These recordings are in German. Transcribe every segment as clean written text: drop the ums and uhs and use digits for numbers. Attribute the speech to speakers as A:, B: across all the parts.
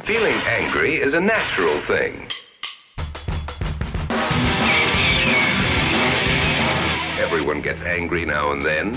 A: Feeling angry is a natural thing. Everyone gets angry now and then.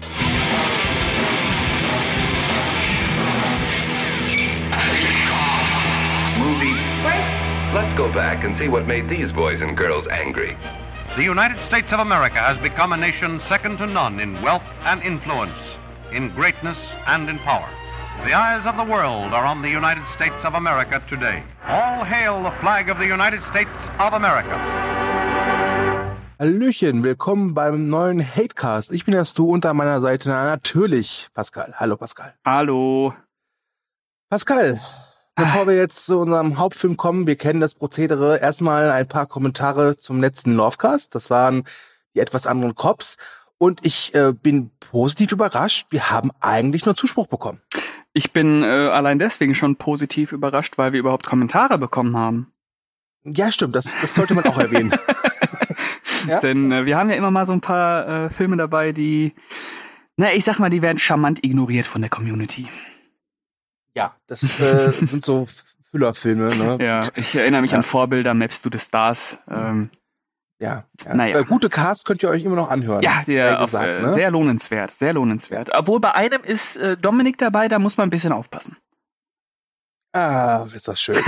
A: Movie. Let's go back and see what made these boys and girls angry.
B: The United States of America has become a nation second to none in wealth and influence, in greatness and in power. The eyes of the world are on the United States of America today. All hail the flag of the United States of America.
C: Hallöchen, willkommen beim neuen Hatecast. Ich bin der Stu, unter meiner Seite natürlich Pascal. Hallo Pascal.
D: Hallo.
C: Pascal, bevor wir jetzt zu unserem Hauptfilm kommen, wir kennen das Prozedere. Erstmal ein paar Kommentare zum letzten Lovecast. Das waren die etwas anderen Cops. Und ich bin positiv überrascht. Wir haben eigentlich nur Zuspruch bekommen.
D: Ich bin allein deswegen schon positiv überrascht, weil wir überhaupt Kommentare bekommen haben.
C: Ja, stimmt. Das sollte man auch erwähnen. Ja?
D: Denn wir haben ja immer mal so ein paar Filme dabei, die, ich sag mal, die werden charmant ignoriert von der Community.
C: Ja, das sind so Füllerfilme. Ne?
D: Ja, ich erinnere mich an Vorbilder, Maps to the Stars.
C: Ja.
D: Naja.
C: Gute Cast könnt ihr euch immer noch anhören.
D: Ja, ne? Sehr lohnenswert, sehr lohnenswert. Obwohl bei einem ist Dominik dabei, da muss man ein bisschen aufpassen.
C: Ah, ist das schön.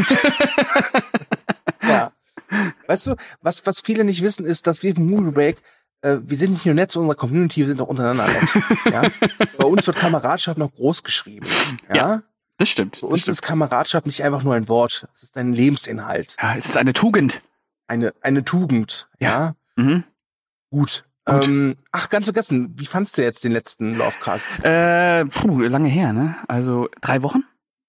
C: Ja. Weißt du, was viele nicht wissen, ist, dass wir vom Movie Break, wir sind nicht nur nett zu unserer Community, wir sind auch untereinander nett. Ja? Bei uns wird Kameradschaft noch groß geschrieben. Ja,
D: das stimmt.
C: Für uns ist Kameradschaft nicht einfach nur ein Wort, es ist ein Lebensinhalt.
D: Ja, es ist eine Tugend.
C: Eine Tugend, ja.
D: Mhm.
C: Gut. Ganz vergessen, wie fandst du jetzt den letzten Lovecast?
D: Lange her, ne? Also 3 Wochen?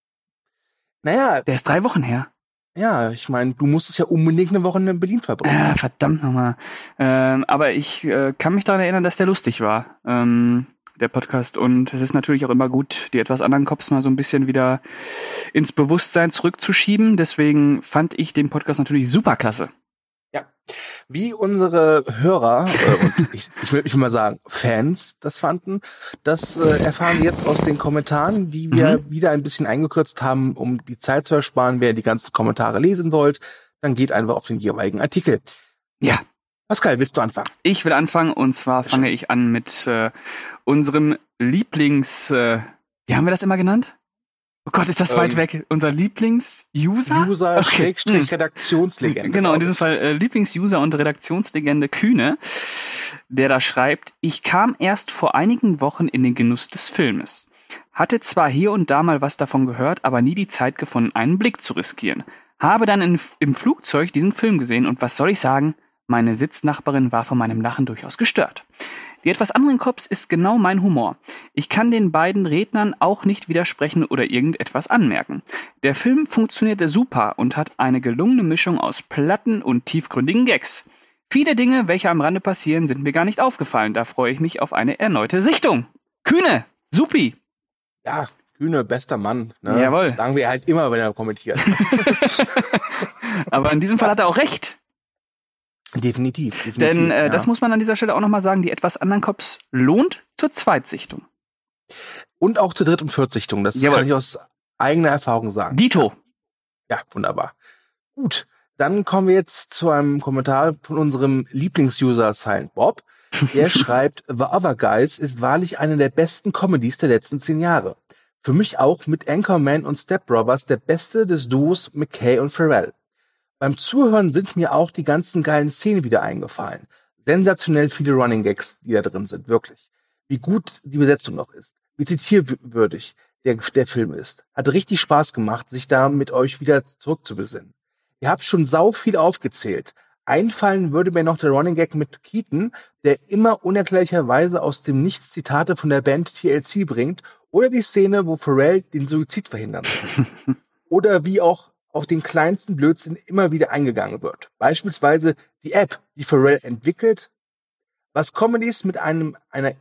C: Naja.
D: Der ist 3 Wochen her.
C: Ja, ich meine, du musstest ja unbedingt eine Woche in Berlin verbringen.
D: Ja, verdammt nochmal. Aber ich kann mich daran erinnern, dass der lustig war, der Podcast. Und es ist natürlich auch immer gut, die etwas anderen Cops mal so ein bisschen wieder ins Bewusstsein zurückzuschieben. Deswegen fand ich den Podcast natürlich super klasse.
C: Ja, wie unsere Hörer, und ich will mal sagen, Fans das fanden, das erfahren wir jetzt aus den Kommentaren, die wir wieder ein bisschen eingekürzt haben, um die Zeit zu ersparen. Wer die ganzen Kommentare lesen wollt, dann geht einfach auf den jeweiligen Artikel.
D: Ja.
C: Pascal, willst du anfangen?
D: Ich will anfangen, und zwar fange ich an mit unserem wie haben wir das immer genannt? Oh Gott, ist das weit weg. Unser Lieblings-User?
C: User-Redaktionslegende.
D: Genau, in diesem Fall Lieblings-User und Redaktionslegende Kühne, der da schreibt: Ich kam erst vor einigen Wochen in den Genuss des Filmes. Hatte zwar hier und da mal was davon gehört, aber nie die Zeit gefunden, einen Blick zu riskieren. Habe dann im Flugzeug diesen Film gesehen und was soll ich sagen? Meine Sitznachbarin war von meinem Lachen durchaus gestört. Die etwas anderen Cops ist genau mein Humor. Ich kann den beiden Rednern auch nicht widersprechen oder irgendetwas anmerken. Der Film funktionierte super und hat eine gelungene Mischung aus platten und tiefgründigen Gags. Viele Dinge, welche am Rande passieren, sind mir gar nicht aufgefallen. Da freue ich mich auf eine erneute Sichtung. Kühne, supi!
C: Ja, Kühne, bester Mann. Ne?
D: Jawohl.
C: Sagen wir halt immer, wenn er kommentiert.
D: Aber in diesem Fall hat er auch recht.
C: Definitiv.
D: Denn das muss man an dieser Stelle auch nochmal sagen, die etwas anderen Cops lohnt zur Zweitsichtung.
C: Und auch zur Dritt- und Viertsichtung. Das kann ich aus eigener Erfahrung sagen.
D: Dito.
C: Ja, wunderbar. Gut, dann kommen wir jetzt zu einem Kommentar von unserem Lieblings-User Silent Bob. Der schreibt: The Other Guys ist wahrlich eine der besten Comedies der letzten 10 Jahre. Für mich auch mit Anchorman und Step Brothers der beste des Duos McKay und Pharrell. Beim Zuhören sind mir auch die ganzen geilen Szenen wieder eingefallen. Sensationell viele Running Gags, die da drin sind, wirklich. Wie gut die Besetzung noch ist. Wie zitierwürdig der Film ist. Hat richtig Spaß gemacht, sich da mit euch wieder zurückzubesinnen. Ihr habt schon sau viel aufgezählt. Einfallen würde mir noch der Running Gag mit Keaton, der immer unerklärlicherweise aus dem Nichts Zitate von der Band TLC bringt, oder die Szene, wo Pharrell den Suizid verhindern soll. Oder wie auch auf den kleinsten Blödsinn immer wieder eingegangen wird. Beispielsweise die App, die Pharrell entwickelt. Was Comedies mit einer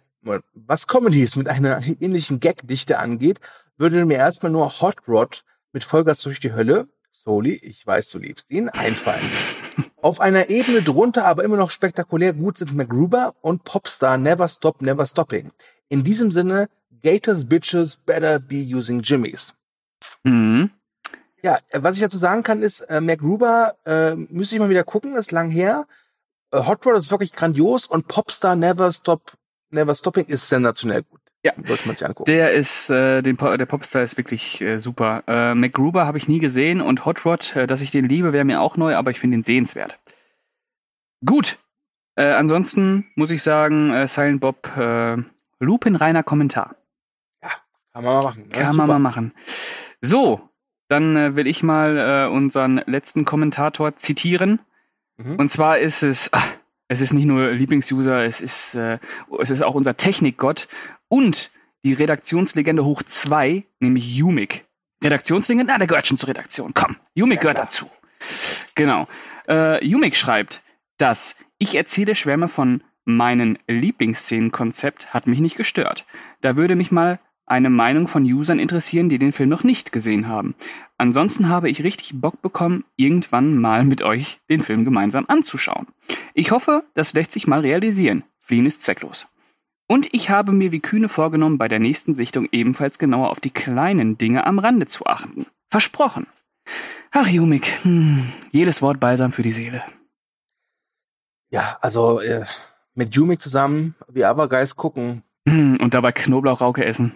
C: ähnlichen Gagdichte angeht, würde mir erstmal nur Hot Rod mit Vollgas durch die Hölle, Soli, ich weiß, du liebst ihn, einfallen. Auf einer Ebene drunter, aber immer noch spektakulär gut sind MacGruber und Popstar Never Stop, Never Stopping. In diesem Sinne, Gators Bitches better be using Jimmys.
D: Mhm.
C: Ja, was ich dazu sagen kann, ist, MacGruber müsste ich mal wieder gucken, ist lang her. Hot Rod ist wirklich grandios und Popstar Never Stopping ist sensationell gut.
D: Ja,
C: sollte man sich angucken.
D: Der Popstar ist wirklich super. MacGruber habe ich nie gesehen und Hot Rod, dass ich den liebe, wäre mir auch neu, aber ich finde ihn sehenswert. Gut. Ansonsten muss ich sagen, Silent Bob, lupenreiner Kommentar.
C: Ja, kann man mal machen. Ne?
D: Kann man mal machen. So, dann will ich mal unseren letzten Kommentator zitieren. Und zwar ist es ist nicht nur Lieblingsuser, es ist auch unser Technikgott und die Redaktionslegende hoch 2, nämlich Umik. Redaktionslegende? Der gehört schon zur Redaktion. Komm, Umik gehört dazu. Genau. Umik schreibt, dass ich erzähle Schwärme von meinen Lieblingsszenenkonzept hat mich nicht gestört. Da würde mich mal eine Meinung von Usern interessieren, die den Film noch nicht gesehen haben. Ansonsten habe ich richtig Bock bekommen, irgendwann mal mit euch den Film gemeinsam anzuschauen. Ich hoffe, das lässt sich mal realisieren. Fliehen ist zwecklos. Und ich habe mir wie Kühne vorgenommen, bei der nächsten Sichtung ebenfalls genauer auf die kleinen Dinge am Rande zu achten. Versprochen. Ach, Umik, jedes Wort balsam für die Seele.
C: Ja, also mit Umik zusammen wie Abergeist gucken.
D: Und dabei Knoblauchrauke essen.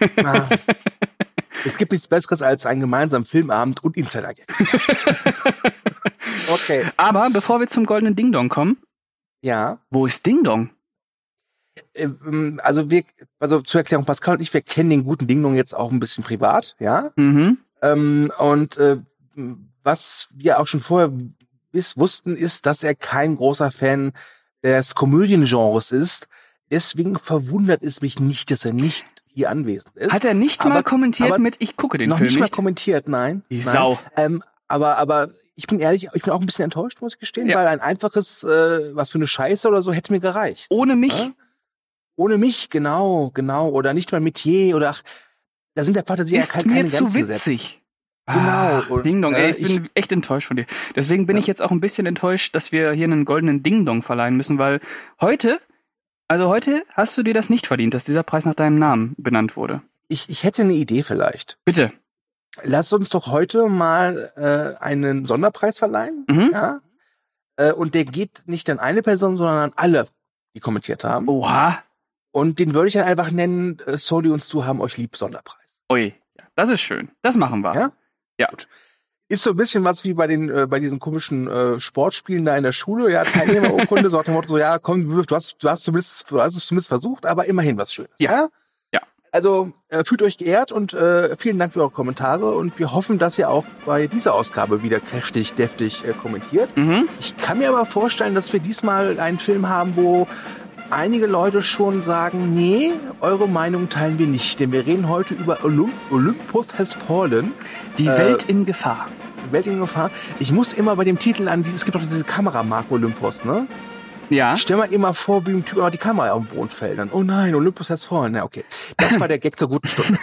C: Es gibt nichts Besseres als einen gemeinsamen Filmabend und Insider-Gags. Okay.
D: Aber bevor wir zum goldenen Ding-Dong kommen.
C: Ja.
D: Wo ist Ding-Dong?
C: Also zur Erklärung, Pascal und ich, wir kennen den guten Ding-Dong jetzt auch ein bisschen privat, ja. Was wir auch schon vorher wussten, ist, dass er kein großer Fan des Komödiengenres ist. Deswegen verwundert es mich nicht, dass er nicht hier anwesend ist.
D: Hat er nicht mal kommentiert mit, ich gucke den Film nicht?
C: Noch nicht mal kommentiert, nein.
D: Die Sau.
C: Aber ich bin ehrlich, ich bin auch ein bisschen enttäuscht, muss ich gestehen, weil ein einfaches, was für eine Scheiße oder so, hätte mir gereicht.
D: Ohne mich?
C: Ja? Ohne mich, genau. Oder nicht mal Metier oder da sind der Fantasie ja keine Grenzen gesetzt. Ist mir zu witzig.
D: Genau. Ding-Dong, ich bin echt enttäuscht von dir. Deswegen bin ich jetzt auch ein bisschen enttäuscht, dass wir hier einen goldenen Ding-Dong verleihen müssen, weil heute hast du dir das nicht verdient, dass dieser Preis nach deinem Namen benannt wurde.
C: Ich hätte eine Idee vielleicht.
D: Bitte.
C: Lass uns doch heute mal einen Sonderpreis verleihen. Ja? Und der geht nicht an eine Person, sondern an alle, die kommentiert haben.
D: Oha.
C: Und den würde ich dann einfach nennen, Soli und Stu haben euch lieb, Sonderpreis.
D: Ui, das ist schön. Das machen wir.
C: Ja?
D: Ja.
C: Gut. Ist so ein bisschen was wie bei diesen komischen Sportspielen da in der Schule, ja, Teilnehmerurkunde, so nach dem Motto, so, ja, komm, du hast es zumindest versucht, aber immerhin was Schönes.
D: Ja.
C: Also fühlt euch geehrt und vielen Dank für eure Kommentare und wir hoffen, dass ihr auch bei dieser Ausgabe wieder kräftig, deftig kommentiert. Ich kann mir aber vorstellen, dass wir diesmal einen Film haben, wo einige Leute schon sagen, nee, eure Meinung teilen wir nicht, denn wir reden heute über Olympus Has Fallen.
D: Die Welt in Gefahr.
C: Welt in Gefahr. Ich muss immer bei dem Titel es gibt doch diese Kameramarke Olympus, ne?
D: Ja.
C: Stell mal immer vor, wie ein Typ die Kamera auf den Boden fällt. Dann, oh nein, Olympus Has Fallen. Na, okay. Das war der Gag zur guten Stunde.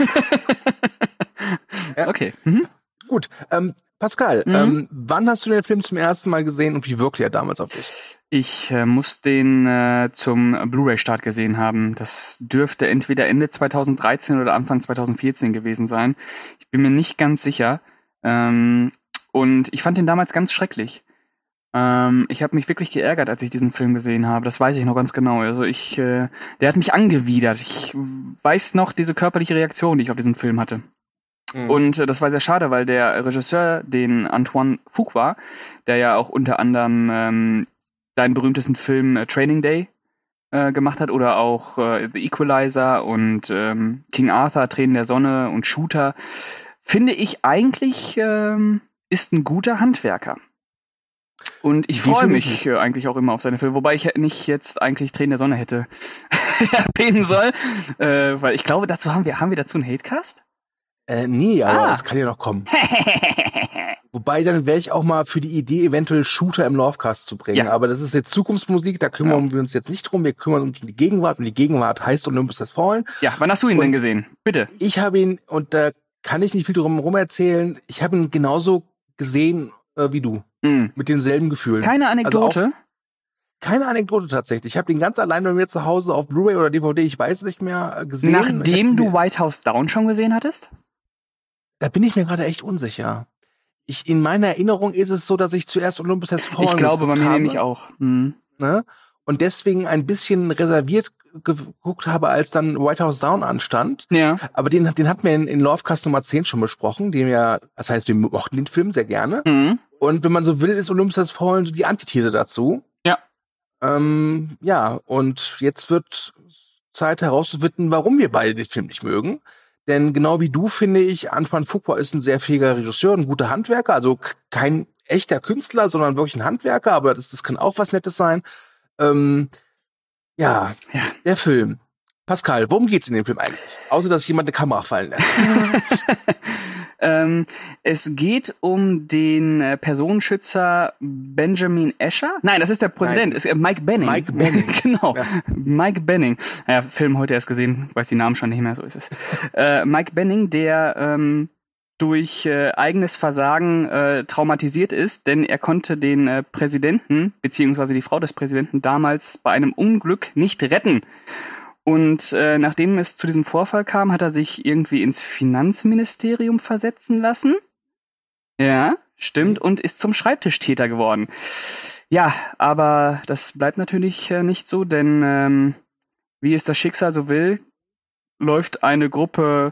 C: Ja.
D: Okay.
C: Gut. Pascal, wann hast du den Film zum ersten Mal gesehen und wie wirkte er damals auf dich?
D: Ich muss den zum Blu-ray-Start gesehen haben. Das dürfte entweder Ende 2013 oder Anfang 2014 gewesen sein. Ich bin mir nicht ganz sicher. Und ich fand den damals ganz schrecklich. Ich habe mich wirklich geärgert, als ich diesen Film gesehen habe. Das weiß ich noch ganz genau. Also der hat mich angewidert. Ich weiß noch diese körperliche Reaktion, die ich auf diesen Film hatte. Und das war sehr schade, weil der Regisseur, den Antoine Fuqua, der ja auch unter anderem seinen berühmtesten Film Training Day gemacht hat oder auch The Equalizer und King Arthur, Tränen der Sonne und Shooter, finde ich eigentlich ist ein guter Handwerker. Und ich freue mich eigentlich auch immer auf seine Filme, wobei ich nicht jetzt eigentlich Tränen der Sonne hätte erwähnen soll, weil ich glaube, haben wir dazu einen Hatecast?
C: Nee, aber das kann ja noch kommen. Wobei, dann wäre ich auch mal für die Idee, eventuell Shooter im Lovecast zu bringen. Ja. Aber das ist jetzt Zukunftsmusik, da kümmern wir uns jetzt nicht drum. Wir kümmern uns um die Gegenwart und die Gegenwart heißt Olympus Has Fallen.
D: Ja, wann hast du ihn denn gesehen? Bitte.
C: Ich habe ihn, und da kann ich nicht viel drum erzählen, ich habe ihn genauso gesehen wie du. Mit denselben Gefühlen.
D: Keine Anekdote?
C: Also keine Anekdote tatsächlich. Ich habe den ganz allein bei mir zu Hause auf Blu-ray oder DVD, ich weiß nicht mehr, gesehen.
D: Nachdem du White House Down schon gesehen hattest?
C: Da bin ich mir gerade echt unsicher. in meiner Erinnerung ist es so, dass ich zuerst Olympus Has Fallen
D: Ich glaube, bei mir nämlich auch.
C: Ne? Und deswegen ein bisschen reserviert geguckt habe, als dann White House Down anstand.
D: Ja.
C: Aber den hatten wir in Lovecast Nummer 10 schon besprochen, das heißt, wir mochten den Film sehr gerne.
D: Mhm.
C: Und wenn man so will, ist Olympus Has Fallen so die Antithese dazu.
D: Ja.
C: Ja, und jetzt wird Zeit herauszufinden, warum wir beide den Film nicht mögen. Denn genau wie du, finde ich, Antoine Fuqua ist ein sehr fähiger Regisseur, ein guter Handwerker, also kein echter Künstler, sondern wirklich ein Handwerker, aber das kann auch was Nettes sein. Ja, der Film. Pascal, worum geht's in dem Film eigentlich? Außer, dass jemand eine Kamera fallen lässt.
D: Es geht um den Personenschützer Benjamin Escher. Nein, das ist der Präsident. Ist Mike Benning.
C: Mike Benning.
D: Genau.
C: Ja.
D: Mike Benning. Ja, Film heute erst gesehen, weiß die Namen schon nicht mehr, so ist es. Mike Benning, der durch eigenes Versagen traumatisiert ist, denn er konnte den Präsidenten, beziehungsweise die Frau des Präsidenten damals bei einem Unglück nicht retten. Und nachdem es zu diesem Vorfall kam, hat er sich irgendwie ins Finanzministerium versetzen lassen. Ja, stimmt. Und ist zum Schreibtischtäter geworden. Ja, aber das bleibt natürlich nicht so, denn wie es das Schicksal so will, läuft eine Gruppe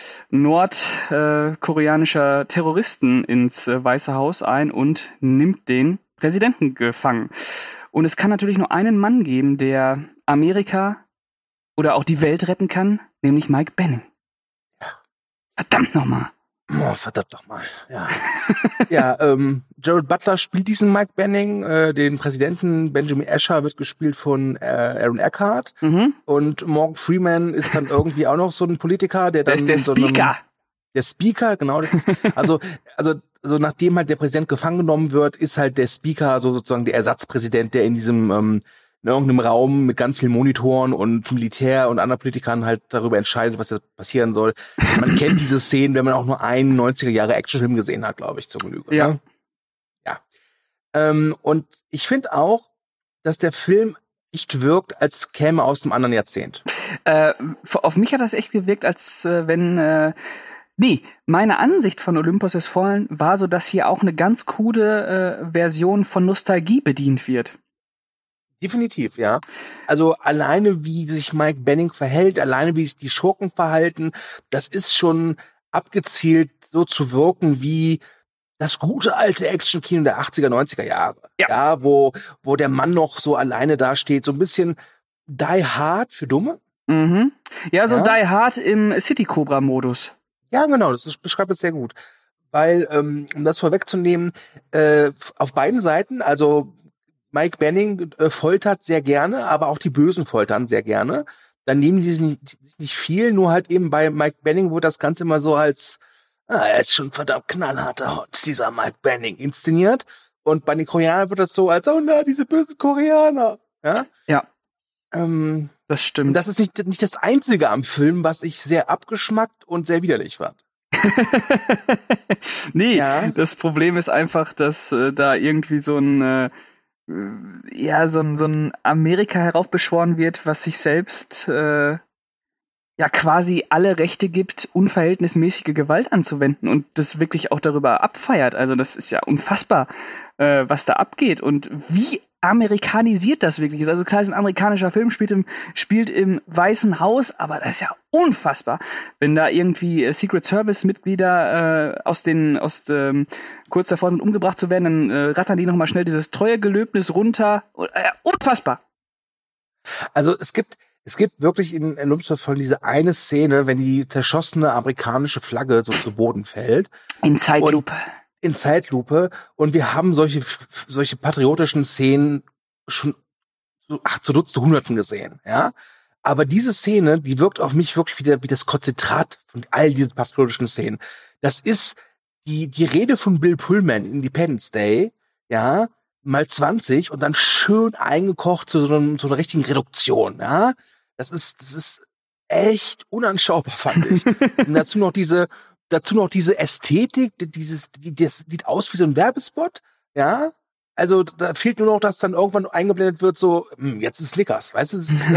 D: nordkoreanischer Terroristen ins Weiße Haus ein und nimmt den Präsidenten gefangen. Und es kann natürlich nur einen Mann geben, der Amerika oder auch die Welt retten kann, nämlich Mike Benning.
C: Ja.
D: Verdammt nochmal.
C: Oh, verdammt nochmal, ja. Ja, Gerald Butler spielt diesen Mike Benning, den Präsidenten. Benjamin Escher wird gespielt von Aaron Eckhart.
D: Mhm.
C: Und Morgan Freeman ist dann irgendwie auch noch so ein Politiker, der dann
D: Das ist der
C: so
D: Speaker.
C: Der Speaker, genau, das ist, also nachdem halt der Präsident gefangen genommen wird, ist halt der Speaker so sozusagen der Ersatzpräsident, der in diesem in irgendeinem Raum mit ganz vielen Monitoren und Militär und anderen Politikern halt darüber entscheidet, was jetzt passieren soll. Man kennt diese Szenen, wenn man auch nur einen 90er-Jahre-Actionfilm gesehen hat, glaube ich, zur Genüge.
D: Ja.
C: Ne? Ja. Und ich finde auch, dass der Film nicht wirkt, als käme aus einem anderen Jahrzehnt.
D: Auf mich hat das echt gewirkt, als wenn meine Ansicht von Olympus Has Fallen war so, dass hier auch eine ganz krude Version von Nostalgie bedient wird.
C: Definitiv, ja. Also alleine, wie sich Mike Benning verhält, alleine, wie sich die Schurken verhalten, das ist schon abgezielt, so zu wirken wie das gute alte Action-Kino der 80er, 90er Jahre. Ja, wo der Mann noch so alleine dasteht, so ein bisschen Die Hard für Dumme.
D: Mhm. Ja, so Die Hard im City-Cobra-Modus.
C: Ja, genau, das beschreibt es sehr gut. Weil, um das vorwegzunehmen, auf beiden Seiten, also Mike Benning foltert sehr gerne, aber auch die Bösen foltern sehr gerne. Dann nehmen die nicht viel, nur halt eben bei Mike Benning wurde das Ganze immer so als er ist schon verdammt knallharter Hund, dieser Mike Benning, inszeniert. Und bei den Koreanern wird das so als, oh na, diese bösen Koreaner. Ja.
D: Ja. Das stimmt.
C: Und das ist nicht das Einzige am Film, was ich sehr abgeschmackt und sehr widerlich fand.
D: Nee,
C: ja.
D: Das Problem ist einfach, dass da irgendwie so ein Amerika heraufbeschworen wird, was sich selbst quasi alle Rechte gibt, unverhältnismäßige Gewalt anzuwenden und das wirklich auch darüber abfeiert. Also das ist ja unfassbar, was da abgeht und wie amerikanisiert das wirklich ist. Also klar, ist ein amerikanischer Film, spielt im Weißen Haus, aber das ist ja unfassbar, wenn da irgendwie Secret Service Mitglieder kurz davor sind, umgebracht zu werden, dann rattern die nochmal schnell dieses Treuegelöbnis runter. Unfassbar.
C: Also es gibt wirklich in Olympus Has Fallen diese eine Szene, wenn die zerschossene amerikanische Flagge so zu Boden fällt.
D: In Zeitlupe.
C: Und wir haben solche patriotischen Szenen schon zu Dutzend Hunderten gesehen, ja. Aber diese Szene, die wirkt auf mich wirklich wieder wie das Konzentrat von all diesen patriotischen Szenen. Das ist die Rede von Bill Pullman in Independence Day, ja, mal 20 und dann schön eingekocht zu so einer richtigen Reduktion, ja. Das ist echt unanschaubar, fand ich. Und dazu noch diese Ästhetik, das sieht aus wie so ein Werbespot, ja. Also da fehlt nur noch, dass dann irgendwann eingeblendet wird, so, jetzt ist Snickers, weißt du? Das ist,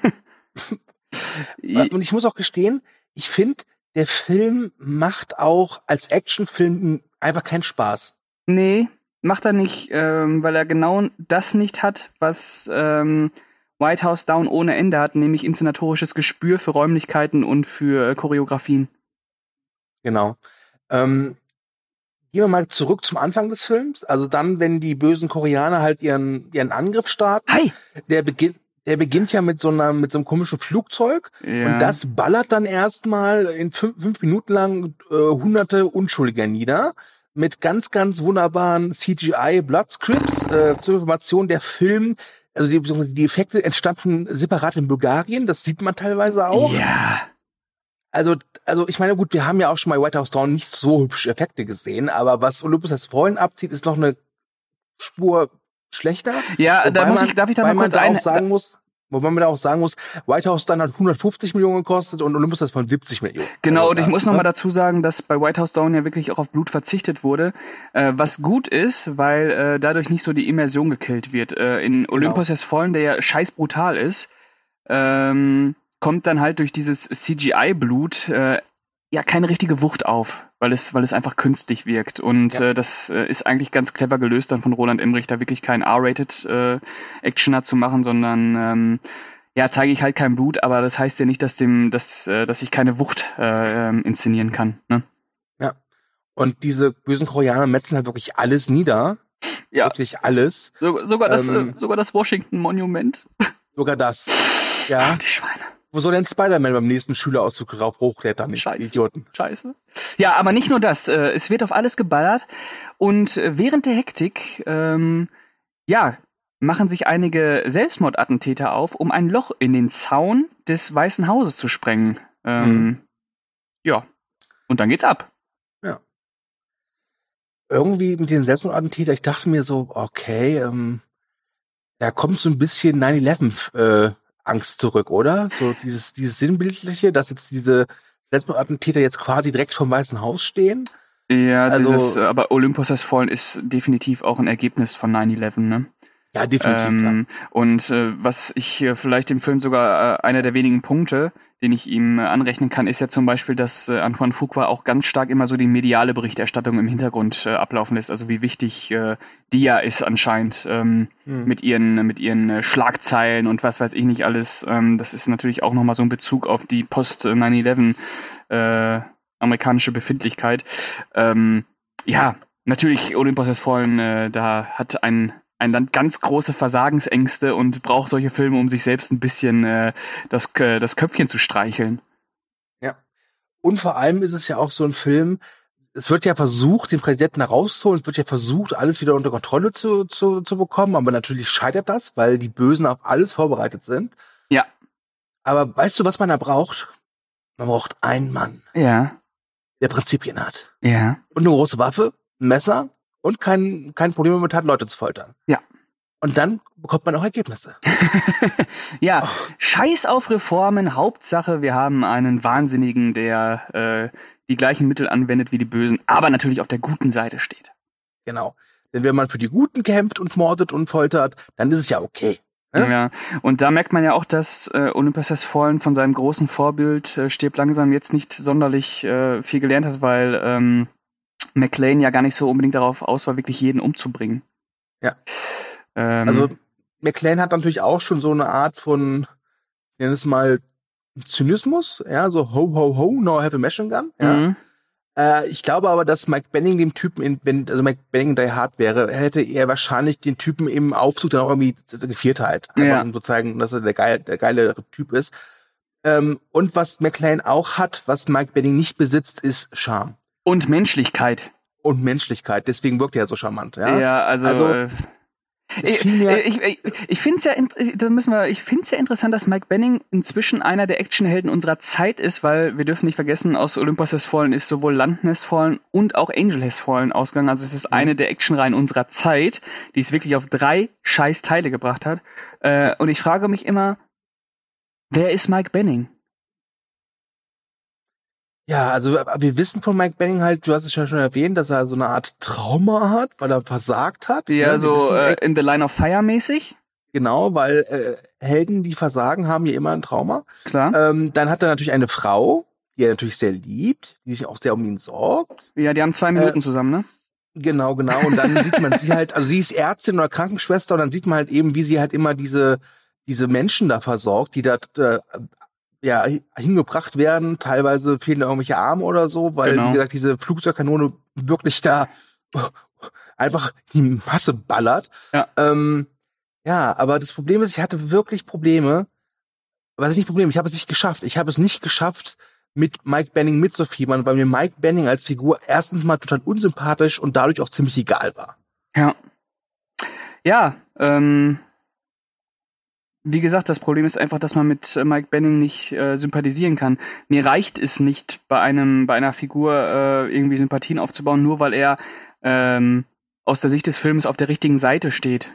C: und ich muss auch gestehen, ich finde, der Film macht auch als Actionfilm einfach keinen Spaß.
D: Nee, macht er nicht, weil er genau das nicht hat, was White House Down ohne Ende hat, nämlich inszenatorisches Gespür für Räumlichkeiten und für Choreografien.
C: Genau. Gehen wir mal zurück zum Anfang des Films. Also dann, wenn die bösen Koreaner halt ihren Angriff starten.
D: Hi!
C: Der beginnt ja mit so einem komischen Flugzeug.
D: Ja.
C: Und das ballert dann erstmal in 5 Minuten lang hunderte Unschuldiger nieder. Mit ganz, ganz wunderbaren CGI-Bloodscripts. Zur Information, der Film, also die Effekte entstanden separat in Bulgarien. Das sieht man teilweise auch.
D: Ja.
C: Also ich meine, gut, wir haben ja auch schon bei White House Down nicht so hübsche Effekte gesehen, aber was Olympus Has Fallen abzieht, ist noch eine Spur schlechter.
D: Ja, darf ich da mal kurz
C: Wobei man da auch sagen muss, White House Down hat 150 Millionen gekostet und Olympus Has Fallen 70 Millionen.
D: Genau, und ich muss noch mal dazu sagen, dass bei White House Down ja wirklich auch auf Blut verzichtet wurde, was gut ist, weil dadurch nicht so die Immersion gekillt wird. In Olympus Has Fallen, der ja scheiß brutal ist, kommt dann halt durch dieses CGI-Blut ja keine richtige Wucht auf, weil es einfach künstlich wirkt. Und das ist eigentlich ganz clever gelöst dann von Roland Emmerich, da wirklich kein R-rated Actioner zu machen, sondern zeige ich halt kein Blut, aber das heißt ja nicht, dass ich keine Wucht inszenieren kann. Ne?
C: Ja. Und diese bösen Koreaner metzeln halt wirklich alles nieder.
D: Ja.
C: Wirklich alles.
D: Sogar das Washington-Monument.
C: Sogar das. Ja.
D: Die Schweine.
C: Wo soll denn Spider-Man beim nächsten Schülerausflug drauf hochklettern? Idioten.
D: Scheiße. Ja, aber nicht nur das. Es wird auf alles geballert. Und während der Hektik, machen sich einige Selbstmordattentäter auf, um ein Loch in den Zaun des Weißen Hauses zu sprengen. Ja. Und dann geht's ab.
C: Ja. Irgendwie mit den Selbstmordattentätern, ich dachte mir so, okay, da kommt so ein bisschen 9/11 Angst zurück, oder? So dieses Sinnbildliche, dass jetzt diese Selbstmordattentäter jetzt quasi direkt vom Weißen Haus stehen.
D: Ja, aber Olympus Has Fallen ist definitiv auch ein Ergebnis von 9/11, ne?
C: Ja, definitiv. Klar.
D: Und was ich vielleicht im Film sogar einer der wenigen Punkte, den ich ihm anrechnen kann, ist ja zum Beispiel, dass Antoine Fuqua auch ganz stark immer so die mediale Berichterstattung im Hintergrund ablaufen lässt. Also wie wichtig die ja ist anscheinend mit ihren Schlagzeilen und was weiß ich nicht alles. Das ist natürlich auch nochmal so ein Bezug auf die Post-9/11 amerikanische Befindlichkeit. Natürlich Olympus Has Fallen, da hat ein Land ganz große Versagensängste und braucht solche Filme, um sich selbst ein bisschen das Köpfchen zu streicheln.
C: Ja. Und vor allem ist es ja auch so ein Film, es wird ja versucht, den Präsidenten da rauszuholen, es wird ja versucht, alles wieder unter Kontrolle zu bekommen, aber natürlich scheitert das, weil die Bösen auf alles vorbereitet sind.
D: Ja.
C: Aber weißt du, was man da braucht? Man braucht einen Mann.
D: Ja.
C: Der Prinzipien hat.
D: Ja.
C: Und eine große Waffe, ein Messer und kein Problem damit hat, Leute zu foltern.
D: Ja.
C: Und dann bekommt man auch Ergebnisse.
D: Ja, Scheiß auf Reformen, Hauptsache wir haben einen Wahnsinnigen, der die gleichen Mittel anwendet wie die Bösen, aber natürlich auf der guten Seite steht.
C: Genau. Denn wenn man für die Guten kämpft und mordet und foltert, dann ist es ja okay. Ne?
D: Ja, und da merkt man ja auch, dass Olympus Has Fallen von seinem großen Vorbild Stirb langsam jetzt nicht sonderlich viel gelernt hat, weil McClane ja gar nicht so unbedingt darauf aus war, wirklich jeden umzubringen.
C: Ja. Also McClane hat natürlich auch schon so eine Art von, ich nenne es mal, Zynismus, ja, so ho, ho, ho, now I have a machine gun. Ja. Ich glaube aber, dass Mike Banning dem Typen, wenn Mike Banning Die Hard wäre, hätte er wahrscheinlich den Typen im Aufzug dann auch irgendwie gevierteilt. Einfach um zu zeigen, dass er der geile Typ ist. Und was McClane auch hat, was Mike Banning nicht besitzt, ist Charme.
D: Und Menschlichkeit.
C: Deswegen wirkt er ja so charmant. Ja,
D: ja also ich finde es ja interessant, dass Mike Banning inzwischen einer der Actionhelden unserer Zeit ist, weil wir dürfen nicht vergessen, aus Olympus Has Fallen ist sowohl London Has Fallen und auch Angel Has Fallen ausgegangen. Also es ist eine der Actionreihen unserer Zeit, die es wirklich auf 3 scheiß Teile gebracht hat. Und ich frage mich immer, wer ist Mike Banning?
C: Ja, also wir wissen von Mike Banning halt, du hast es ja schon erwähnt, dass er so eine Art Trauma hat, weil er versagt hat.
D: Ja, ne? So in The Line of Fire mäßig.
C: Genau, weil Helden, die versagen, haben ja immer ein Trauma.
D: Klar.
C: Dann hat er natürlich eine Frau, die er natürlich sehr liebt, die sich auch sehr um ihn sorgt.
D: Ja, die haben 2 Minuten zusammen, ne?
C: Genau. Und dann sieht man sie halt, also sie ist Ärztin oder Krankenschwester und dann sieht man halt eben, wie sie halt immer diese Menschen da versorgt, die da hingebracht werden. Teilweise fehlen da irgendwelche Arme oder so, weil, wie gesagt, diese Flugzeugkanone wirklich da einfach die Masse ballert.
D: Ja.
C: Aber das Problem ist, ich hatte wirklich Probleme. Was ist nicht Problem? Ich habe es nicht geschafft. Ich habe es nicht geschafft, mit Mike Banning mitzufiebern, weil mir Mike Banning als Figur erstens mal total unsympathisch und dadurch auch ziemlich egal war.
D: Ja. Ja, wie gesagt, das Problem ist einfach, dass man mit Mike Banning nicht sympathisieren kann. Mir reicht es nicht, bei einer Figur irgendwie Sympathien aufzubauen, nur weil er aus der Sicht des Films auf der richtigen Seite steht.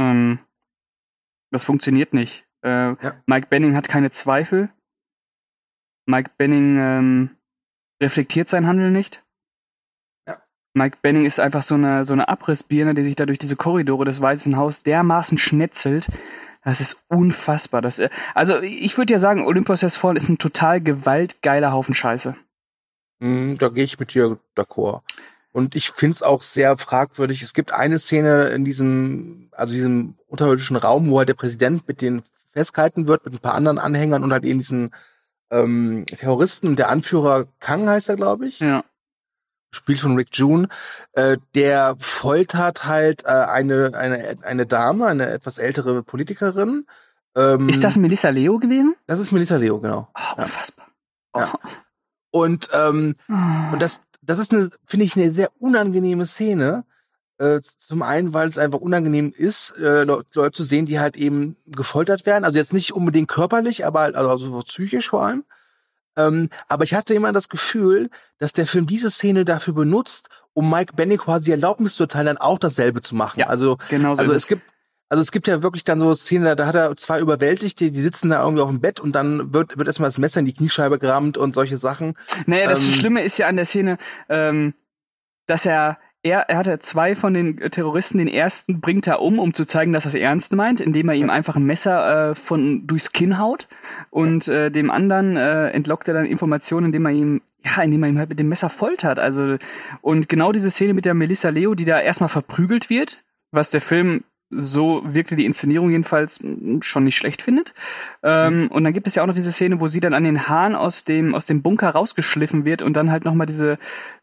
D: Das funktioniert nicht. Mike Banning hat keine Zweifel. Mike Banning reflektiert sein Handeln nicht.
C: Ja.
D: Mike Banning ist einfach so eine Abrissbirne, die sich da durch diese Korridore des Weißen Haus dermaßen schnetzelt. Das ist unfassbar. Also ich würde ja sagen, Olympus Has Fallen ist ein total gewaltgeiler Haufen Scheiße.
C: Da gehe ich mit dir d'accord. Und ich finde es auch sehr fragwürdig. Es gibt eine Szene in diesem unterirdischen Raum, wo halt der Präsident mit denen festgehalten wird, mit ein paar anderen Anhängern und halt eben diesen Terroristen. Und der Anführer Kang heißt er, glaube ich.
D: Ja.
C: Spielt von Rick June. Der foltert halt eine Dame, eine etwas ältere Politikerin.
D: Ist das Melissa Leo gewesen?
C: Das ist Melissa Leo, genau.
D: Oh, unfassbar. Oh.
C: Ja. Und das ist finde ich, eine sehr unangenehme Szene. Zum einen, weil es einfach unangenehm ist, Leute zu sehen, die halt eben gefoltert werden. Also jetzt nicht unbedingt körperlich, aber halt, also psychisch vor allem. Aber ich hatte immer das Gefühl, dass der Film diese Szene dafür benutzt, um Mike Banning quasi Erlaubnis zu erteilen, dann auch dasselbe zu machen.
D: Ja, genau so
C: es gibt ja wirklich dann so Szenen, da hat er zwei überwältigt, die sitzen da irgendwie auf dem Bett und dann wird erstmal das Messer in die Kniescheibe gerammt und solche Sachen.
D: Naja, das Schlimme ist ja an der Szene, dass er hatte zwei von den Terroristen, den ersten bringt er um zu zeigen, dass er es ernst meint, indem er ihm einfach ein Messer durchs Kinn haut und dem anderen entlockt er dann Informationen, indem er ihm halt mit dem Messer foltert. Also, und genau diese Szene mit der Melissa Leo, die da erstmal verprügelt wird, was der Film, so wirkte die Inszenierung jedenfalls, schon nicht schlecht findet. Und dann gibt es ja auch noch diese Szene, wo sie dann an den Haaren aus dem Bunker rausgeschliffen wird und dann halt nochmal dieses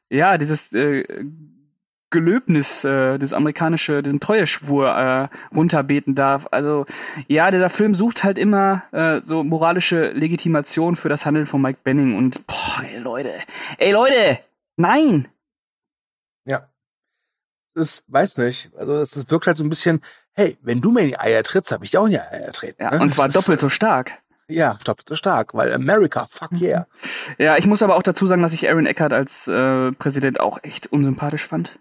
D: Gelöbnis, diesen Treueschwur runterbeten darf. Also, ja, dieser Film sucht halt immer so moralische Legitimation für das Handeln von Mike Banning und ey Leute, nein!
C: Ja. Das weiß nicht. Also, es wirkt halt so ein bisschen, hey, wenn du mir in die Eier trittst, hab ich dir auch in die Eier treten.
D: Ja, ne? Und zwar doppelt so stark.
C: Ja, doppelt so stark, weil America, fuck yeah.
D: Ja, ich muss aber auch dazu sagen, dass ich Aaron Eckhart als Präsident auch echt unsympathisch fand.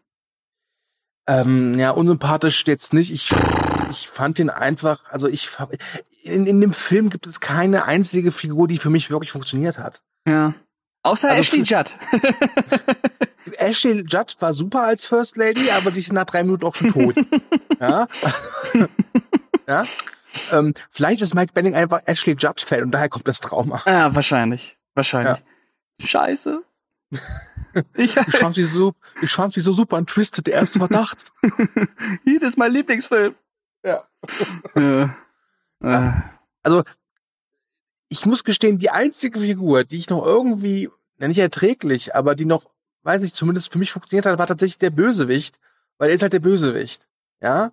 C: Unsympathisch jetzt nicht. Ich fand den einfach, also in dem Film gibt es keine einzige Figur, die für mich wirklich funktioniert hat.
D: Ja. Außer Ashley Judd.
C: Ashley Judd war super als First Lady, aber sie ist nach 3 Minuten auch schon tot. Ja. Ja. Vielleicht ist Mike Banning einfach Ashley Judd-Fan und daher kommt das Trauma.
D: Ja, wahrscheinlich. Ja. Scheiße. Ich fand
C: sie so super ein Twisted, der erste Verdacht.
D: Hier, das ist mein Lieblingsfilm.
C: Ja. Also, ich muss gestehen, die einzige Figur, die ich noch irgendwie, nicht erträglich, aber die noch, weiß ich, zumindest für mich funktioniert hat, war tatsächlich der Bösewicht, weil er ist halt der Bösewicht. Ja?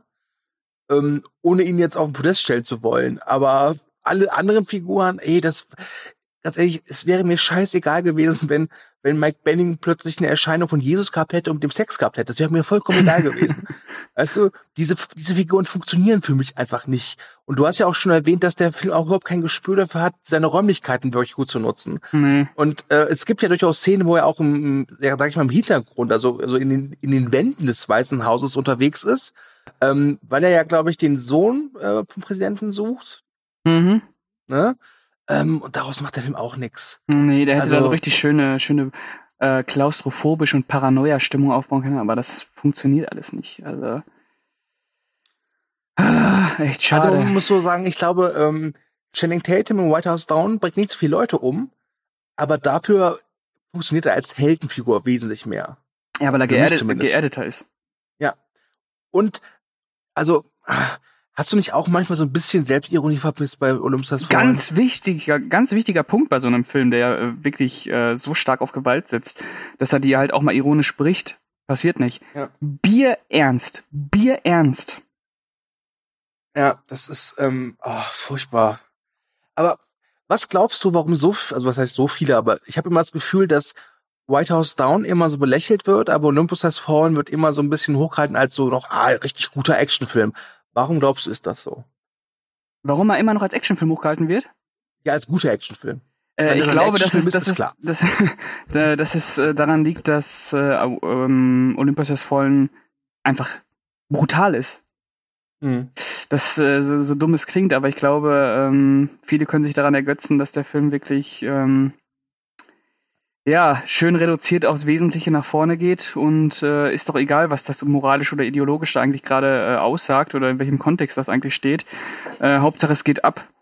C: Ohne ihn jetzt auf den Podest stellen zu wollen. Aber alle anderen Figuren, ganz ehrlich, es wäre mir scheißegal gewesen, wenn Mike Banning plötzlich eine Erscheinung von Jesus gehabt hätte und mit dem Sex gehabt hätte. Das wäre mir vollkommen egal gewesen. Weißt du, diese Figuren funktionieren für mich einfach nicht. Und du hast ja auch schon erwähnt, dass der Film auch überhaupt kein Gespür dafür hat, seine Räumlichkeiten wirklich gut zu nutzen.
D: Mhm.
C: Und es gibt ja durchaus Szenen, wo er auch im Hintergrund, also in den Wänden des Weißen Hauses unterwegs ist, weil er ja, glaube ich, den Sohn vom Präsidenten sucht.
D: Mhm.
C: Ne? Und daraus macht der Film auch nix.
D: Nee, der hätte da so richtig schöne klaustrophobische und Paranoia-Stimmung aufbauen können, aber das funktioniert alles nicht. Also echt schade.
C: Also man muss so sagen, ich glaube, Channing Tatum im White House Down bringt nicht so viele Leute um, aber dafür funktioniert er als Heldenfigur wesentlich mehr.
D: Ja, weil er geerdeter ist.
C: Ja. Und, also, hast du nicht auch manchmal so ein bisschen Selbstironie vermisst bei Olympus Has Fallen?
D: Ganz wichtiger Punkt bei so einem Film, der wirklich so stark auf Gewalt setzt, dass er dir halt auch mal ironisch spricht. Passiert nicht.
C: Ja.
D: Bierernst.
C: Ja, das ist furchtbar. Aber was glaubst du, warum also was heißt so viele, aber ich habe immer das Gefühl, dass White House Down immer so belächelt wird, aber Olympus Has Fallen wird immer so ein bisschen hochgehalten als so noch richtig guter Actionfilm. Warum glaubst du, ist das so?
D: Warum er immer noch als Actionfilm hochgehalten wird?
C: Ja, als guter Actionfilm.
D: Ich glaube, dass es daran liegt, dass Olympus Has Fallen einfach brutal ist.
C: Mhm.
D: Das so dumm es klingt, aber ich glaube, viele können sich daran ergötzen, dass der Film wirklich schön reduziert aufs Wesentliche nach vorne geht und ist doch egal, was das moralisch oder ideologisch da eigentlich gerade aussagt oder in welchem Kontext das eigentlich steht. Hauptsache es geht ab.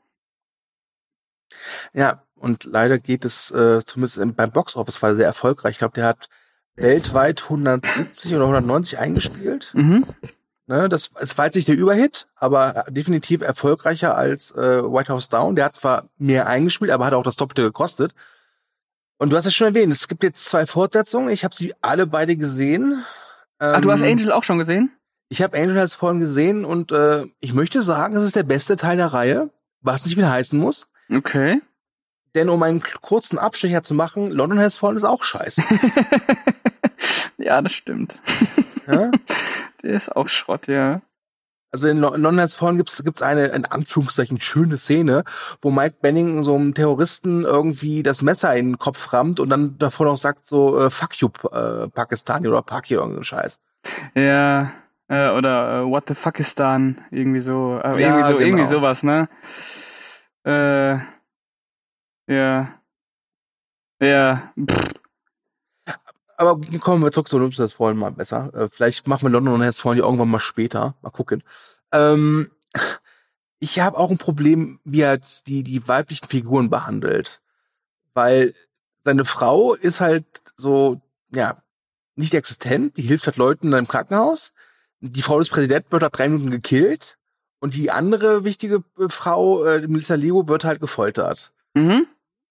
C: Ja, und leider geht es zumindest beim Boxoffice war sehr erfolgreich. Ich glaube, der hat weltweit 170 oder 190 eingespielt.
D: Mhm.
C: Ne, es war jetzt nicht der Überhit, aber definitiv erfolgreicher als White House Down. Der hat zwar mehr eingespielt, aber hat auch das Doppelte gekostet. Und du hast ja schon erwähnt, es gibt jetzt 2 Fortsetzungen. Ich habe sie beide gesehen.
D: Du hast Angel auch schon gesehen?
C: Ich habe Angel Has Fallen gesehen und ich möchte sagen, es ist der beste Teil der Reihe, was nicht viel heißen muss.
D: Okay.
C: Denn um einen kurzen Abstecher zu machen, London Has Fallen ist auch scheiße.
D: Ja, das stimmt.
C: Ja?
D: Der ist auch Schrott, ja.
C: Also in London Has Fallen gibt's eine, in Anführungszeichen, schöne Szene, wo Mike Benning so einem Terroristen irgendwie das Messer in den Kopf rammt und dann davor noch sagt so, fuck you, Pakistani oder Paki, irgendein Scheiß.
D: Ja, oder what the Pakistan, irgendwie so,
C: Ja,
D: irgendwie
C: genau.
D: sowas, ne? Ja.
C: Aber kommen wir zurück zu Olympus Has Fallen mal besser. Vielleicht machen wir London Has Fallen ja irgendwann mal später. Mal gucken. Ich habe auch ein Problem, wie er jetzt die weiblichen Figuren behandelt. Weil seine Frau ist halt so, ja, nicht existent. Die hilft halt Leuten im Krankenhaus. Die Frau des Präsidenten wird nach 3 Minuten gekillt. Und die andere wichtige Frau, Melissa Leo, wird halt gefoltert.
D: Mhm.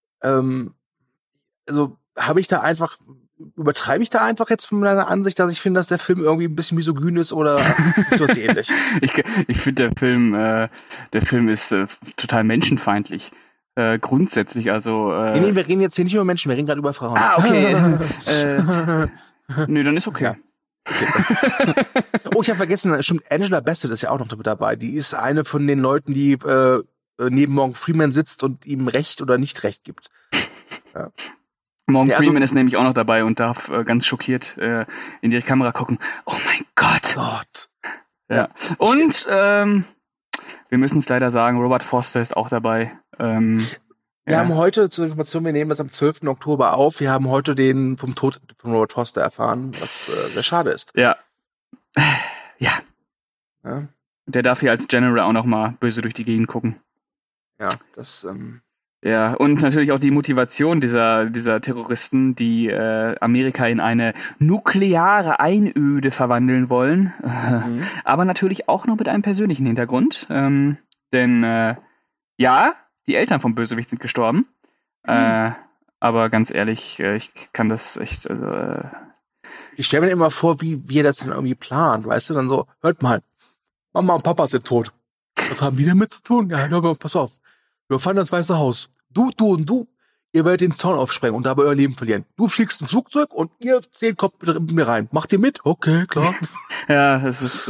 C: Also übertreibe ich da einfach jetzt von meiner Ansicht, dass ich finde, dass der Film irgendwie ein bisschen misogyn ist oder ist das ähnlich?
D: Ich finde, der Film ist total menschenfeindlich. Grundsätzlich, also.
C: Nee, wir reden jetzt hier nicht über Menschen, wir reden gerade über Frauen.
D: Okay. Nö, dann ist okay.
C: Ja. Oh, ich habe vergessen, stimmt, Angela Bassett ist ja auch noch mit dabei. Die ist eine von den Leuten, die neben Morgan Freeman sitzt und ihm Recht oder nicht Recht gibt. Ja.
D: Morgan Freeman ist nämlich auch noch dabei und darf ganz schockiert in die Kamera gucken. Oh mein Gott. Ja. Und wir müssen es leider sagen, Robert Forster ist auch dabei.
C: Wir haben heute, zur Information, wir nehmen das am 12. Oktober auf, wir haben heute den vom Tod von Robert Forster erfahren, was sehr schade ist.
D: Ja.
C: Ja.
D: Der darf hier als General auch noch mal böse durch die Gegend gucken.
C: Ja, das
D: Ja, und natürlich auch die Motivation dieser Terroristen, die Amerika in eine nukleare Einöde verwandeln wollen. Aber natürlich auch noch mit einem persönlichen Hintergrund. Denn die Eltern vom Bösewicht sind gestorben. Aber ganz ehrlich, ich kann das echt...
C: ich stelle mir immer vor, wie er das dann irgendwie plant, weißt du? Dann so, hört mal, Mama und Papa sind tot. Was haben die damit zu tun? Ja, pass auf. Wir fahren das Weiße Haus. Du und du, ihr werdet den Zaun aufsprengen und dabei euer Leben verlieren. Du fliegst ins Flugzeug und ihr 10 kommt mit mir rein. Macht ihr mit? Okay, klar.
D: Ja, es ist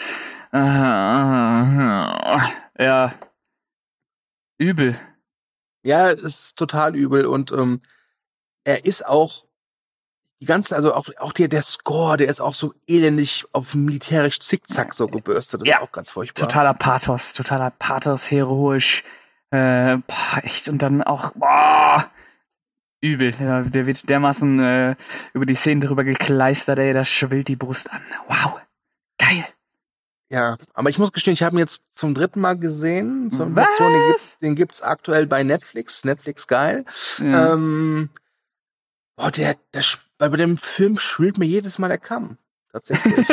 D: ja übel.
C: Ja, es ist total übel und er ist auch die ganze, also auch der Score, der ist auch so elendig auf militärisch Zickzack so gebürstet. Das ist auch ganz furchtbar.
D: Totaler Pathos, heroisch. Echt, und dann auch, übel. Ja, der wird dermaßen über die Szenen drüber gekleistert, ey, das schwillt die Brust an. Wow, geil.
C: Ja, aber ich muss gestehen, ich habe ihn jetzt zum 3. Mal gesehen. Den gibt's aktuell bei Netflix. Netflix geil.
D: Ja.
C: Weil bei dem Film schwillt mir jedes Mal der Kamm. Tatsächlich.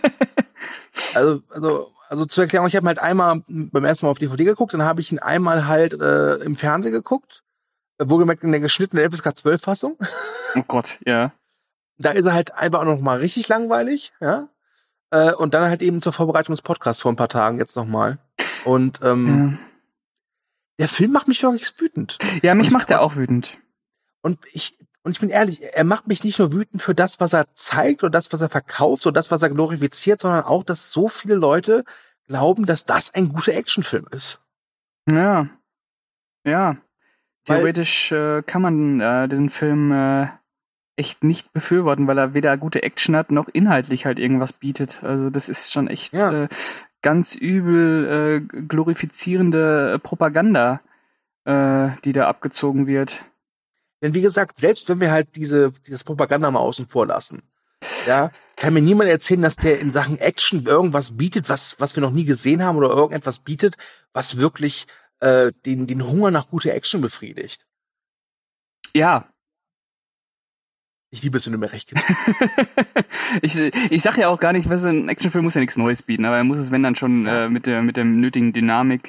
C: Also zur Erklärung, ich habe halt einmal beim ersten Mal auf DVD geguckt, dann habe ich ihn einmal halt im Fernsehen geguckt. Wohlgemerkt in der geschnittenen FSK 12 Fassung.
D: Oh Gott, ja.
C: Da ist er halt einfach auch noch mal richtig langweilig, ja. Und dann halt eben zur Vorbereitung des Podcasts vor ein paar Tagen jetzt nochmal. Und der Film macht mich wirklich wütend.
D: Ja, mich macht er auch wütend.
C: Und ich bin ehrlich, er macht mich nicht nur wütend für das, was er zeigt oder das, was er verkauft oder das, was er glorifiziert, sondern auch, dass so viele Leute glauben, dass das ein guter Actionfilm ist.
D: Ja. Ja. Theoretisch kann man diesen Film echt nicht befürworten, weil er weder gute Action hat, noch inhaltlich halt irgendwas bietet. Also das ist schon echt ganz übel glorifizierende Propaganda, die da abgezogen wird.
C: Denn wie gesagt, selbst wenn wir halt dieses Propaganda mal außen vor lassen, ja, kann mir niemand erzählen, dass der in Sachen Action irgendwas bietet, was wir noch nie gesehen haben oder irgendetwas bietet, was wirklich den Hunger nach guter Action befriedigt.
D: Ja.
C: Ich liebe es, wenn du mir recht gibst.
D: Ich sag ja auch gar nicht, was ein Actionfilm muss ja nichts Neues bieten, aber er muss es, wenn dann schon mit der nötigen Dynamik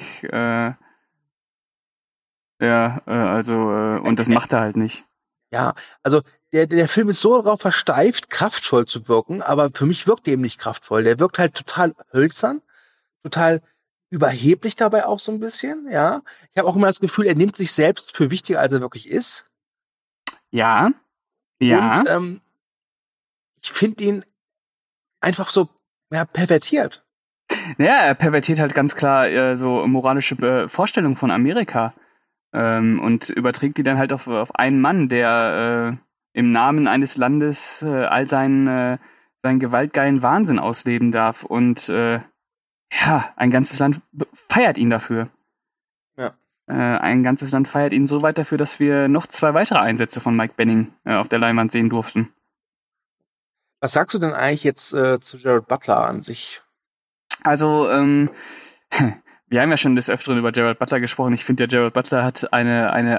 D: und das macht er halt nicht. Ja, also der Film ist so darauf versteift, kraftvoll zu wirken, aber für mich wirkt der eben nicht kraftvoll. Der wirkt halt total hölzern, total überheblich dabei auch so ein bisschen, ja. Ich habe auch immer das Gefühl, er nimmt sich selbst für wichtiger, als er wirklich ist. Ja. Ja. Und ich finde ihn einfach so pervertiert. Ja, er pervertiert halt ganz klar so moralische Vorstellungen von Amerika und überträgt die dann halt auf einen Mann, der im Namen eines Landes all seinen gewaltgeilen Wahnsinn ausleben darf und ein ganzes Land feiert ihn dafür. Ja. Ein ganzes Land feiert ihn so weit dafür, dass wir noch 2 weitere Einsätze von Mike Banning auf der Leinwand sehen durften. Was sagst du denn eigentlich jetzt zu Gerard Butler an sich? Also, wir haben ja schon des Öfteren über Gerard Butler gesprochen. Ich finde, der Gerard Butler hat eine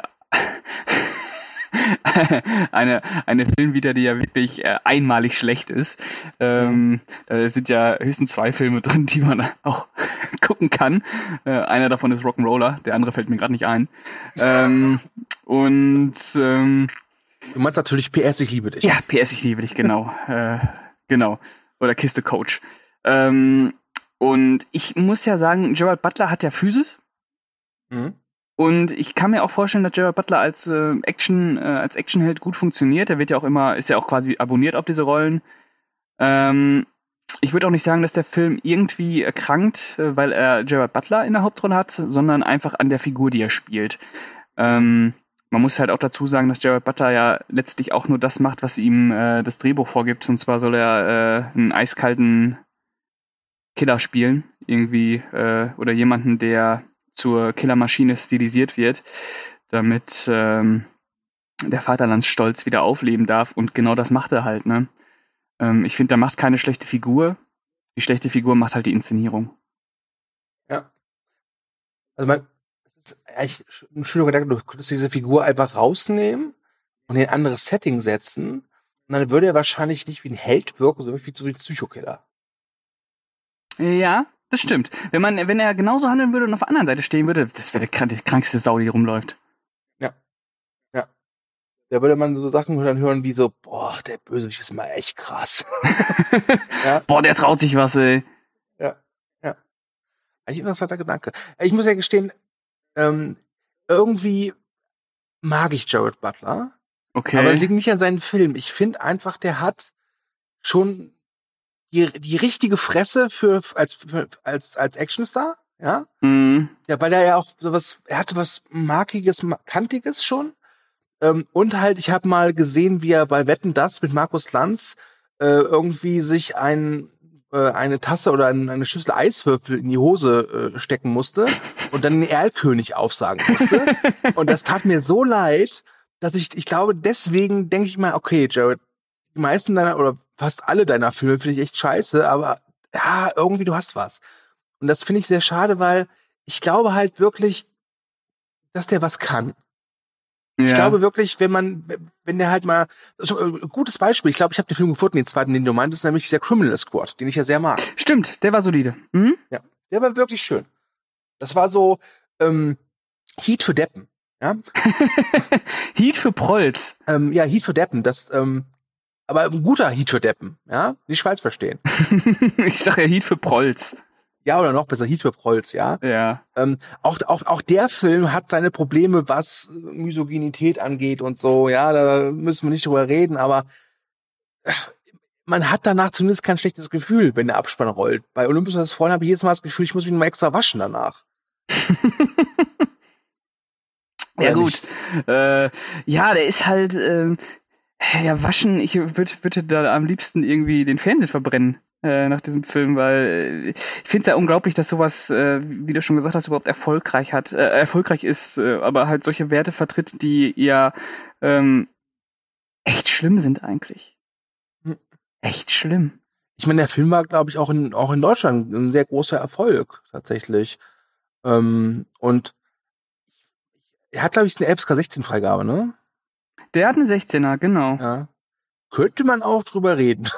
D: Filmvita, die ja wirklich einmalig schlecht ist. Es sind ja höchstens 2 Filme drin, die man auch gucken kann. Einer davon ist Rock'n'Roller, der andere fällt mir gerade nicht ein. Du meinst natürlich PS, ich liebe dich. Ja, PS, ich liebe dich, genau. Genau. Oder Kiss the Coach. Und ich muss ja sagen, Gerard Butler hat ja Physis. Mhm. Und ich kann mir auch vorstellen, dass Gerard Butler als Actionheld gut funktioniert. Er wird ja auch ist ja auch quasi abonniert auf diese Rollen. Ich würde auch nicht sagen, dass der Film irgendwie erkrankt, weil er Gerard Butler in der Hauptrolle hat, sondern einfach an der Figur, die er spielt. Man muss halt auch dazu sagen, dass Gerard Butler ja letztlich auch nur das macht, was ihm das Drehbuch vorgibt. Und zwar soll er einen eiskalten Killer spielen, irgendwie, oder jemanden, der zur Killermaschine stilisiert wird, damit der Vaterlandsstolz wieder aufleben darf. Und genau das macht er halt, ne? Ich finde, er macht keine schlechte Figur. Die schlechte Figur macht halt die Inszenierung. Ja. Also es ist eigentlich ein schöner Gedanke, du könntest diese Figur einfach rausnehmen und in ein anderes Setting setzen und dann würde er wahrscheinlich nicht wie ein Held wirken, sondern wie ein Psychokiller. Ja, das stimmt. Wenn er genauso handeln würde und auf der anderen Seite stehen würde, das wäre die krankste Sau, die rumläuft. Ja. Ja. Da würde man so Sachen dann hören wie so, boah, der Bösewicht ist immer echt krass. Ja. Boah, der traut sich was, ey. Ja. Ja. Eigentlich interessanter Gedanke. Ich muss ja gestehen, irgendwie mag ich Gerard Butler. Okay. Aber es liegt nicht an seinen Filmen. Ich finde einfach, der hat schon die richtige Fresse als Actionstar, ja? Mhm. Ja, weil er ja auch er hatte was Markiges, Kantiges schon. Und halt, ich habe mal gesehen, wie er bei Wetten, dass mit Markus Lanz irgendwie sich eine Tasse oder eine Schüssel Eiswürfel in die Hose stecken musste und dann den Erlkönig aufsagen musste. Und das tat mir so leid, dass ich glaube, deswegen denke ich mal, okay, Jared, die meisten deiner oder fast alle deiner Filme finde ich echt scheiße, aber ja, irgendwie du hast was. Und das finde ich sehr schade, weil ich glaube halt wirklich, dass der was kann.
C: Ich glaube wirklich, wenn der halt mal, gutes Beispiel, ich glaube, ich habe den Film gefunden, den zweiten, den du meintest, nämlich dieser Criminal Squad, den ich ja sehr mag.
D: Stimmt, der war solide.
C: Ja, der war wirklich schön. Das war so Heat für Deppen, ja.
D: Heat für Prolls.
C: Ja, Heat für Deppen, aber ein guter Heat für Deppen, ja, nicht falsch verstehen.
D: Ich sag ja Heat für Prolls.
C: Ja, oder noch besser, Heat für Prolls, ja.
D: Ja.
C: Auch der Film hat seine Probleme, was Misogynität angeht und so, ja, da müssen wir nicht drüber reden, aber man hat danach zumindest kein schlechtes Gefühl, wenn der Abspann rollt. Bei Olympus das Fallen habe ich jedes Mal das Gefühl, ich muss mich mal extra waschen danach.
D: Ja, gut. Ja, der ist halt, ja, waschen, ich würde da am liebsten irgendwie den Fernseher verbrennen. Nach diesem Film, weil ich finde es ja unglaublich, dass sowas, wie du schon gesagt hast, überhaupt erfolgreich ist, aber halt solche Werte vertritt, die ja echt schlimm sind eigentlich. Echt schlimm.
C: Ich meine, der Film war, glaube ich, auch in Deutschland ein sehr großer Erfolg, tatsächlich. Und er hat, glaube ich, eine FSK 16 Freigabe, ne?
D: Der hat eine 16er, genau.
C: Ja. Könnte man auch drüber reden.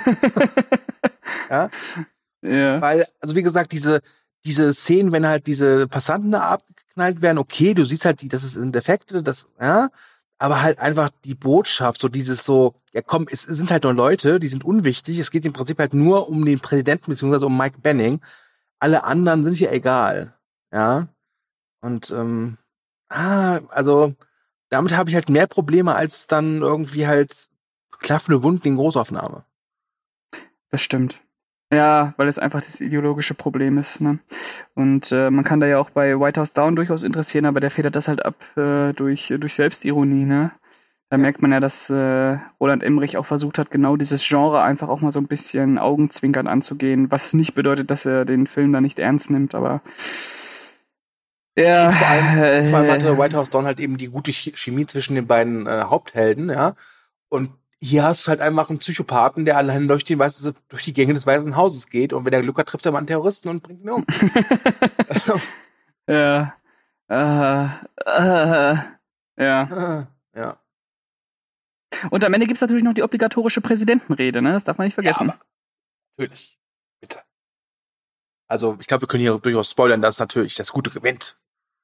C: Ja?
D: Ja.
C: Weil, also wie gesagt, diese Szenen, wenn halt diese Passanten da abgeknallt werden, okay, du siehst halt, das ist ein Defekte, ja, aber halt einfach die Botschaft, so dieses so, ja komm, es sind halt nur Leute, die sind unwichtig, es geht im Prinzip halt nur um den Präsidenten, beziehungsweise um Mike Benning, alle anderen sind ja egal, ja, und, also, damit habe ich halt mehr Probleme, als dann irgendwie halt klaffende Wunden in Großaufnahme.
D: Das stimmt. Ja, weil es einfach das ideologische Problem ist, ne? Und man kann da ja auch bei White House Down durchaus interessieren, aber der federt das halt ab durch Selbstironie, ne? Da merkt man ja, dass Roland Emmerich auch versucht hat, genau dieses Genre einfach auch mal so ein bisschen augenzwinkern anzugehen, was nicht bedeutet, dass er den Film da nicht ernst nimmt, aber ja.
C: Vor allem hatte White House Down halt eben die gute Chemie zwischen den beiden Haupthelden, ja. Und hier hast du halt einfach einen Psychopathen, der allein durch die Gänge des Weißen Hauses geht und wenn er Glück hat, trifft er mal einen Terroristen und bringt ihn um.
D: Ja. Ja.
C: Ja.
D: Und am Ende gibt's natürlich noch die obligatorische Präsidentenrede, ne? Das darf man nicht vergessen.
C: Ja, aber natürlich. Bitte. Also, ich glaube, wir können hier durchaus spoilern, dass natürlich das Gute gewinnt.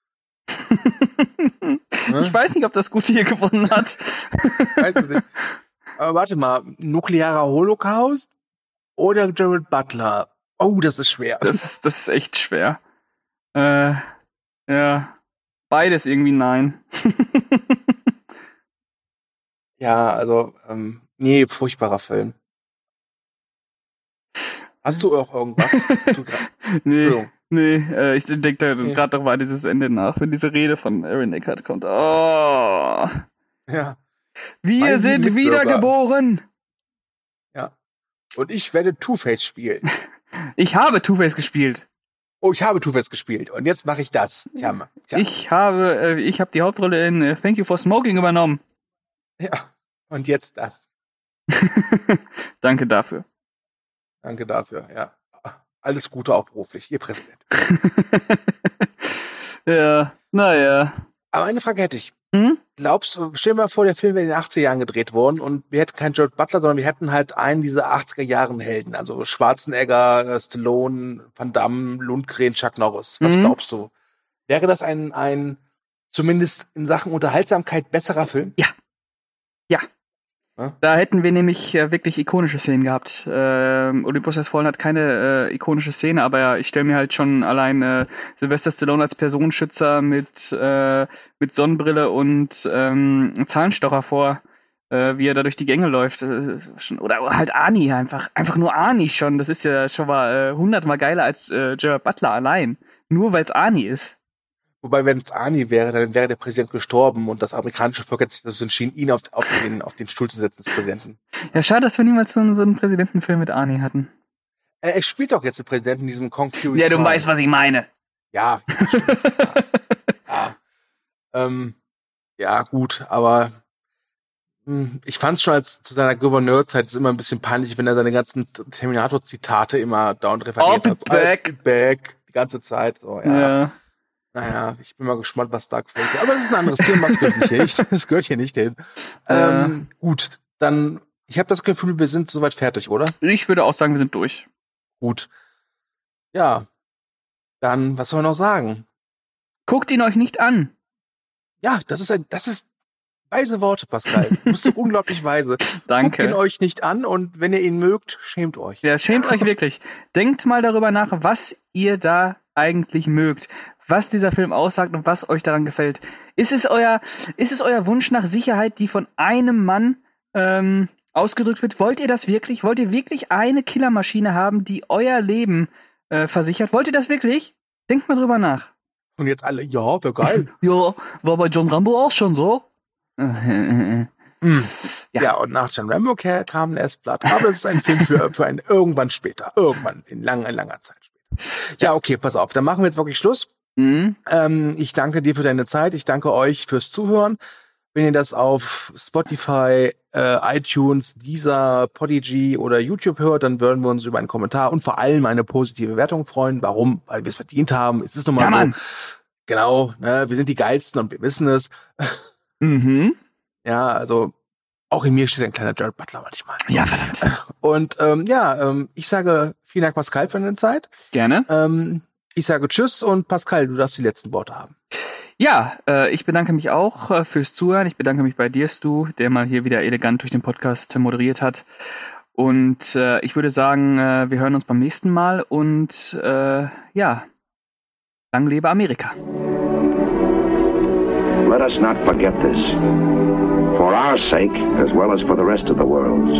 D: Ich weiß nicht, ob das Gute hier gewonnen hat.
C: Weiß es nicht. Aber warte mal, nuklearer Holocaust oder Gerald Butler? Oh, das ist schwer.
D: Das ist echt schwer. Ja. Beides irgendwie nein.
C: Ja, also, nee, furchtbarer Film. Hast du auch irgendwas?
D: Nee, ich denke da gerade doch mal dieses Ende nach, wenn diese Rede von Aaron Eckhart kommt. Oh.
C: Ja.
D: Wir sind wiedergeboren.
C: Ja. Und ich werde Two-Face spielen.
D: Ich habe Two-Face gespielt.
C: Oh, ich habe Two-Face gespielt. Und jetzt mache ich das. Tja.
D: Ich habe die Hauptrolle in Thank You for Smoking übernommen.
C: Ja. Und jetzt das.
D: Danke dafür.
C: Danke dafür, ja. Alles Gute auch beruflich, Ihr Präsident.
D: Ja, naja.
C: Aber eine Frage hätte ich. Glaubst du, stell dir mal vor, der Film wäre in den 80er Jahren gedreht worden und wir hätten keinen Gerald Butler, sondern wir hätten halt einen dieser 80er Jahren Helden. Also Schwarzenegger, Stallone, Van Damme, Lundgren, Chuck Norris. Was glaubst du? Wäre das ein zumindest in Sachen Unterhaltsamkeit besserer Film?
D: Ja. Da hätten wir nämlich wirklich ikonische Szenen gehabt. Olympus Has Fallen hat keine ikonische Szene, aber ich stelle mir halt schon allein Sylvester Stallone als Personenschützer mit Sonnenbrille und Zahnstocher vor, wie er da durch die Gänge läuft. Oder halt Arnie einfach nur Arnie schon. Das ist ja schon mal 100-mal geiler als Gerard Butler allein. Nur weil es Arnie ist.
C: Wobei, wenn es Arnie wäre, dann wäre der Präsident gestorben und das amerikanische Volk hat sich dazu entschieden, ihn auf den Stuhl zu setzen des Präsidenten.
D: Ja, schade, dass wir niemals so einen Präsidentenfilm mit Arnie hatten.
C: Er spielt doch jetzt den Präsidenten in diesem Kong Fury 2.
D: Ja, du weißt, was ich meine.
C: Ja. Ja, gut, aber ich fand es schon zu seiner Gouverneurzeit ist immer ein bisschen peinlich, wenn er seine ganzen Terminator-Zitate immer da und referiert hat.
D: I'll be back.
C: Die ganze Zeit. So, ja. Naja, ich bin mal gespannt, was da gefällt. Aber das ist ein anderes Thema, das gehört hier nicht. Das gehört hier nicht hin. Gut, dann, ich habe das Gefühl, wir sind soweit fertig, oder?
D: Ich würde auch sagen, wir sind durch.
C: Gut. Ja, dann, was soll man noch sagen?
D: Guckt ihn euch nicht an.
C: Ja, das ist weise Worte, Pascal. Du bist so unglaublich weise.
D: Danke.
C: Guckt ihn euch nicht an und wenn ihr ihn mögt, schämt euch.
D: Ja, schämt euch wirklich. Denkt mal darüber nach, was ihr da eigentlich mögt. Was dieser Film aussagt und was euch daran gefällt. Ist es euer Wunsch nach Sicherheit, die von einem Mann ausgedrückt wird? Wollt ihr das wirklich? Wollt ihr wirklich eine Killermaschine haben, die euer Leben versichert? Wollt ihr das wirklich? Denkt mal drüber nach.
C: Und jetzt alle, ja, wäre geil.
D: Ja, war bei John Rambo auch schon so.
C: Ja, und nach John Rambo kam Last Blood. Aber das ist ein Film für ein irgendwann später. Irgendwann, in langer Zeit später. Ja, okay, pass auf. Dann machen wir jetzt wirklich Schluss.
D: Mhm.
C: Ich danke dir für deine Zeit. Ich danke euch fürs Zuhören. Wenn ihr das auf Spotify, iTunes, Deezer, Podigy oder YouTube hört, dann würden wir uns über einen Kommentar und vor allem eine positive Wertung freuen. Warum? Weil wir es verdient haben. Es ist nun mal so.
D: Mann.
C: Genau, ne, wir sind die Geilsten und wir wissen es.
D: Mhm.
C: Ja, also auch in mir steht ein kleiner Jared Butler manchmal.
D: Ja, verdammt.
C: Und ich sage vielen Dank, Pascal, für deine Zeit.
D: Gerne.
C: Ich sage Tschüss und Pascal, du darfst die letzten Worte haben.
D: Ja, ich bedanke mich auch fürs Zuhören. Ich bedanke mich bei dir, Stu, der mal hier wieder elegant durch den Podcast moderiert hat. Und ich würde sagen, wir hören uns beim nächsten Mal und lang lebe Amerika.
E: Let us not forget this, for our sake as well as for the rest of the world's.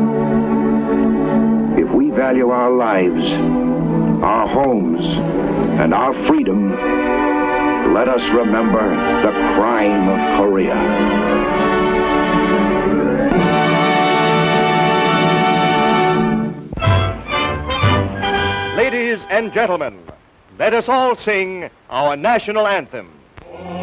E: If we value our lives, our homes, and our freedom, let us remember the crime of Korea.
F: Ladies and gentlemen, let us all sing our national anthem.